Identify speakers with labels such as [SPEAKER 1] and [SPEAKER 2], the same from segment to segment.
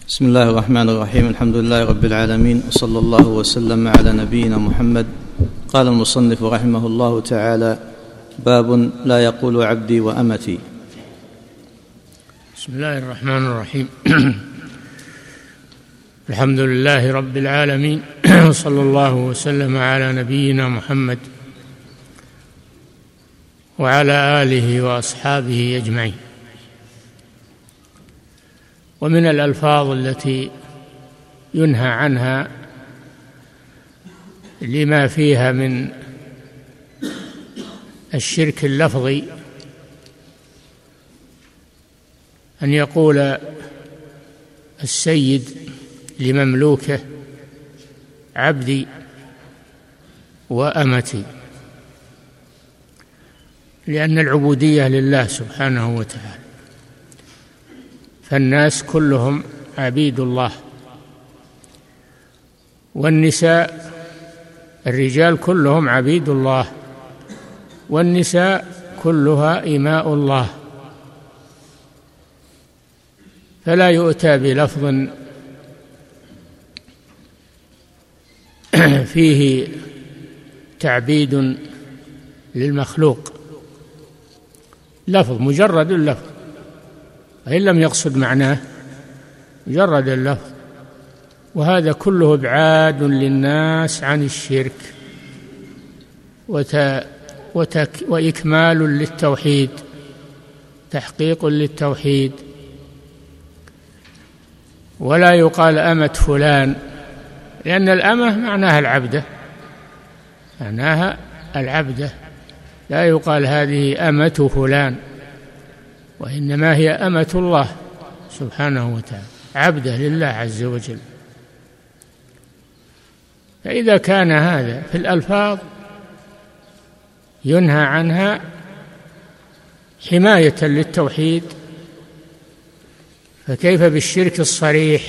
[SPEAKER 1] بسم الله الرحمن الرحيم. الحمد لله رب العالمين، وصلى الله وسلم على نبينا محمد. قال المصنف رحمه الله تعالى: باب لا يقول عبدي وأمتي.
[SPEAKER 2] بسم الله الرحمن الرحيم. الحمد لله رب العالمين، صلى الله وسلم على نبينا محمد وعلى آله وأصحابه أجمعين. ومن الألفاظ التي ينهى عنها لما فيها من الشرك اللفظي أن يقول السيد لمملوكه: عبدي وأمتي، لأن العبودية لله سبحانه وتعالى، فالناس كلهم عبيد الله، والنساء الرجال كلهم عبيد الله، والنساء كلها إماء الله، فلا يؤتى بلفظ فيه تعبيد للمخلوق، لفظ مجرد اللفظ، وإن لم يقصد معناه، مجرد اللفظ. وهذا كله إبعاد للناس عن الشرك وإكمال للتوحيد، تحقيق للتوحيد. ولا يقال أمة فلان، لأن الأمة معناها العبدة، معناها العبدة، لا يقال هذه أمة فلان، وإنما هي أمة الله سبحانه وتعالى، عبده لله عز وجل. فإذا كان هذا في الألفاظ ينهى عنها حماية للتوحيد، فكيف بالشرك الصريح؟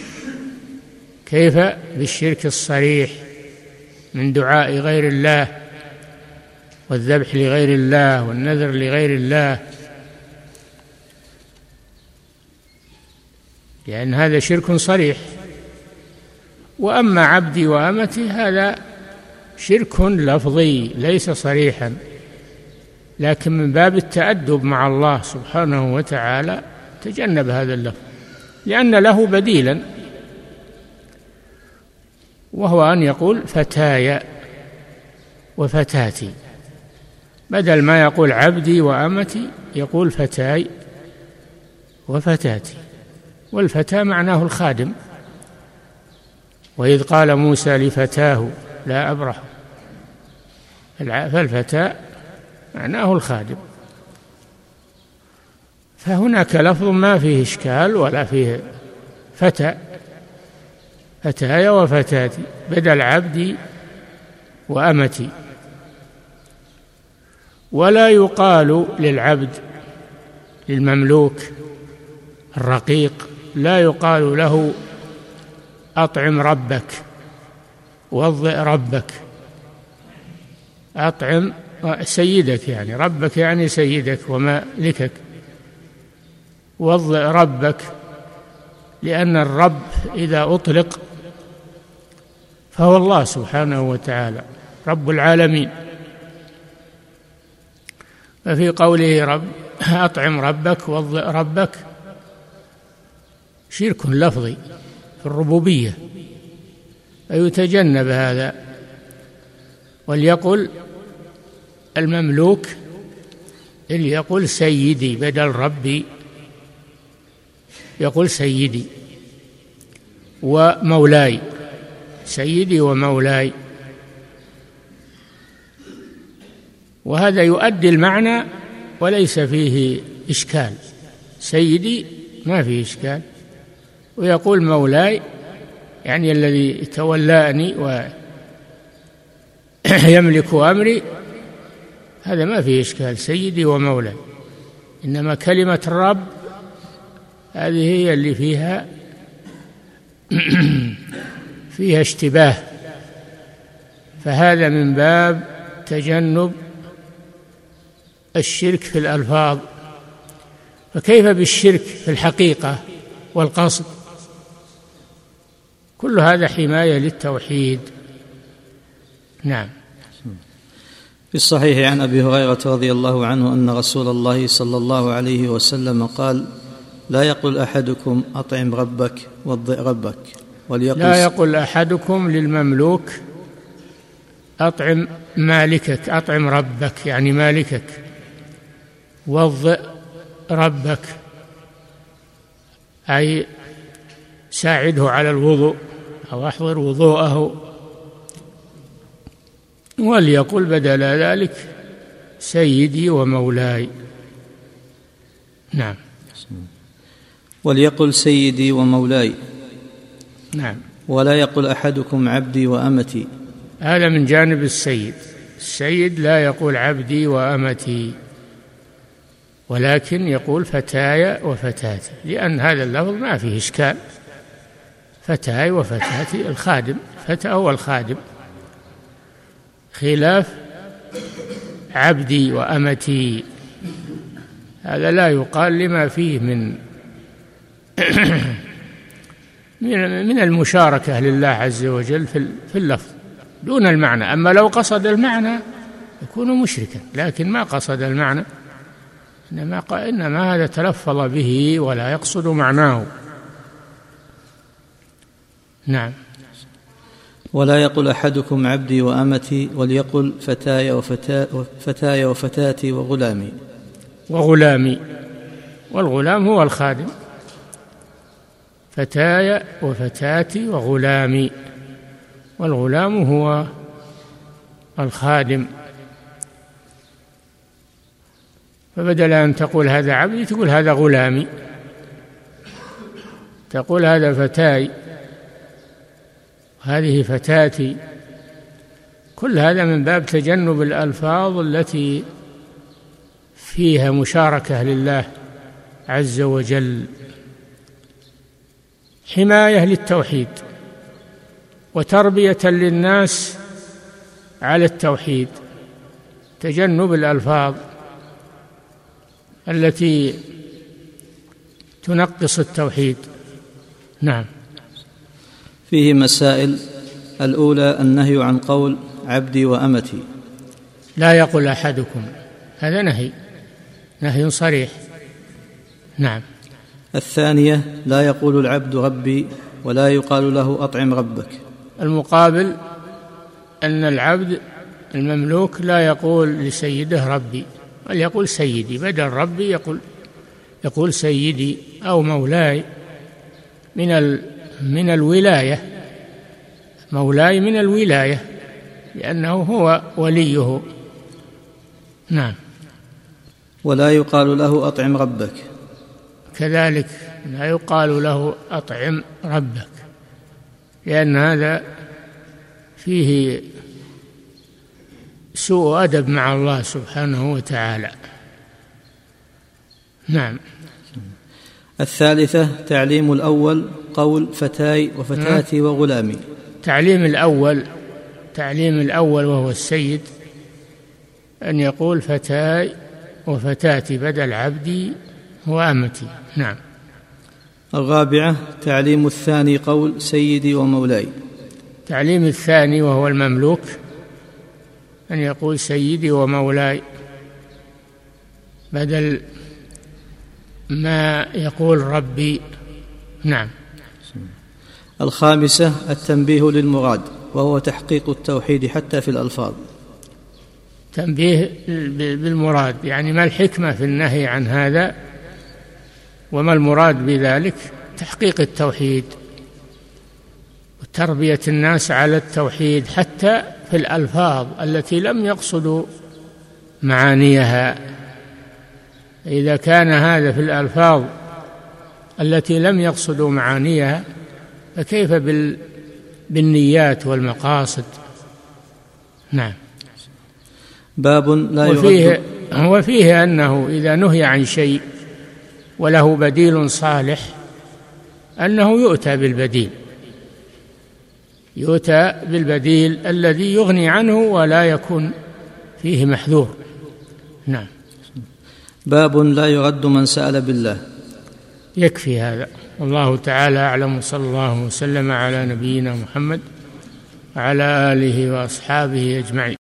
[SPEAKER 2] كيف بالشرك الصريح من دعاء غير الله والذبح لغير الله والنذر لغير الله؟ لأن هذا شرك صريح. وأما عبدي وأمتي هذا شرك لفظي ليس صريحا، لكن من باب التأدب مع الله سبحانه وتعالى تجنب هذا اللفظ، لأن له بديلا، وهو أن يقول فتاي وفتاتي، بدل ما يقول عبدي وأمتي يقول فتاي وفتاتي. والفتى معناه الخادم، وإذ قال موسى لفتاه لا أبرح، فالفتى معناه الخادم. فهناك لفظ ما فيه إشكال ولا فيه فتاي وفتاتي بدل عبدي وأمتي. ولا يقال للعبد للمملوك الرقيق، لا يقال له أطعم ربك وضئ ربك، أطعم سيدك يعني ربك يعني سيدك ومالكك، وضئ ربك، لأن الرب إذا أطلق فهو الله سبحانه وتعالى رب العالمين. ففي قوله رب أطعم ربك وضئ ربك شرك لفظي في الربوبية، فيتجنب هذا. وليقل المملوك اللي يقول سيدي بدل ربي، يقول سيدي ومولاي، سيدي ومولاي، وهذا يؤدي المعنى وليس فيه إشكال. سيدي ما فيه إشكال، ويقول مولاي يعني الذي تولاني ويملك أمري، هذا ما فيه إشكال، سيدي ومولاي. إنما كلمة الرب هذه هي اللي فيها اشتباه، فهذا من باب تجنب الشرك في الألفاظ. فكيف بالشرك في الحقيقة والقصد؟ كل هذا حماية للتوحيد. نعم.
[SPEAKER 1] في الصحيح عن أبي هريرة رضي الله عنه أن رسول الله صلى الله عليه وسلم قال: لا يقل أحدكم أطعم ربك وضئ ربك،
[SPEAKER 2] لا يقل أحدكم للمملوك أطعم مالكك، أطعم ربك يعني مالكك، وضئ ربك أي ساعده على الوضوء أو أحضر وضوءه. وليقل بدل ذلك سيدي ومولاي. نعم.
[SPEAKER 1] وليقل سيدي ومولاي.
[SPEAKER 2] نعم.
[SPEAKER 1] ولا يقل أحدكم عبدي وأمتي.
[SPEAKER 2] هذا من جانب السيد. السيد لا يقول عبدي وأمتي، ولكن يقول فتاي وفتاتي، لأن هذا اللفظ ما فيه إشكال. فتاي وفتاتي، الخادم، فتى هو الخادم، خلاف عبدي وأمتي، هذا لا يقال لما فيه من المشاركة لله عز وجل في اللفظ دون المعنى. أما لو قصد المعنى يكون مشركا، لكن ما قصد المعنى، إنما هذا تلفظ به ولا يقصد معناه. نعم.
[SPEAKER 1] ولا يقل أحدكم عبدي وأمتي، وليقل فتاي وفتاتي وغلامي.
[SPEAKER 2] وغلامي، والغلام هو الخادم. فتاي وفتاتي وغلامي، والغلام هو الخادم. فبدل أن تقول هذا عبدي تقول هذا غلامي، تقول هذا فتاي، هذه فتاتي. كل هذا من باب تجنب الألفاظ التي فيها مشاركة لله عز وجل، حماية للتوحيد وتربية للناس على التوحيد، تجنب الألفاظ التي تنقص التوحيد. نعم.
[SPEAKER 1] فيه مسائل. الأولى النهي عن قول عبدي وأمتي.
[SPEAKER 2] لا يقول أحدكم، هذا نهي صريح. نعم.
[SPEAKER 1] الثانية لا يقول العبد ربي ولا يقال له أطعم ربك.
[SPEAKER 2] المقابل أن العبد المملوك لا يقول لسيده ربي، بل يقول سيدي، بدل ربي يقول سيدي أو مولاي من الولاية، مولاي من الولاية، لأنه هو وليه. نعم.
[SPEAKER 1] ولا يقال له أطعم ربك،
[SPEAKER 2] كذلك لا يقال له أطعم ربك، لأن هذا فيه سوء أدب مع الله سبحانه وتعالى. نعم.
[SPEAKER 1] الثالثة تعليم الأول قول فتاي وفتاتي وغلامي. تعليم
[SPEAKER 2] الأول وهو السيد أن يقول فتاي وفتاتي بدل عبدي وأمتي. نعم.
[SPEAKER 1] الرابعة تعليم الثاني قول سيدي ومولاي.
[SPEAKER 2] تعليم الثاني وهو المملوك أن يقول سيدي ومولاي بدل ما يقول ربي. نعم.
[SPEAKER 1] الخامسة التنبيه للمراد وهو تحقيق التوحيد حتى في الألفاظ.
[SPEAKER 2] تنبيه بالمراد، يعني ما الحكمة في النهي عن هذا وما المراد بذلك؟ تحقيق التوحيد وتربية الناس على التوحيد حتى في الألفاظ التي لم يقصدوا معانيها. إذا كان هذا في الألفاظ التي لم يقصدوا معانيها فكيف بالنيات والمقاصد؟ نعم.
[SPEAKER 1] باب لا يرد.
[SPEAKER 2] وفيه أنه إذا نهي عن شيء وله بديل صالح أنه يؤتى بالبديل الذي يغني عنه ولا يكون فيه محذور. نعم.
[SPEAKER 1] باب لا يرد من سأل بالله.
[SPEAKER 2] يكفي هذا. والله تعالى أعلم، صلى الله وسلم على نبينا محمد وعلى آله وأصحابه أجمعين.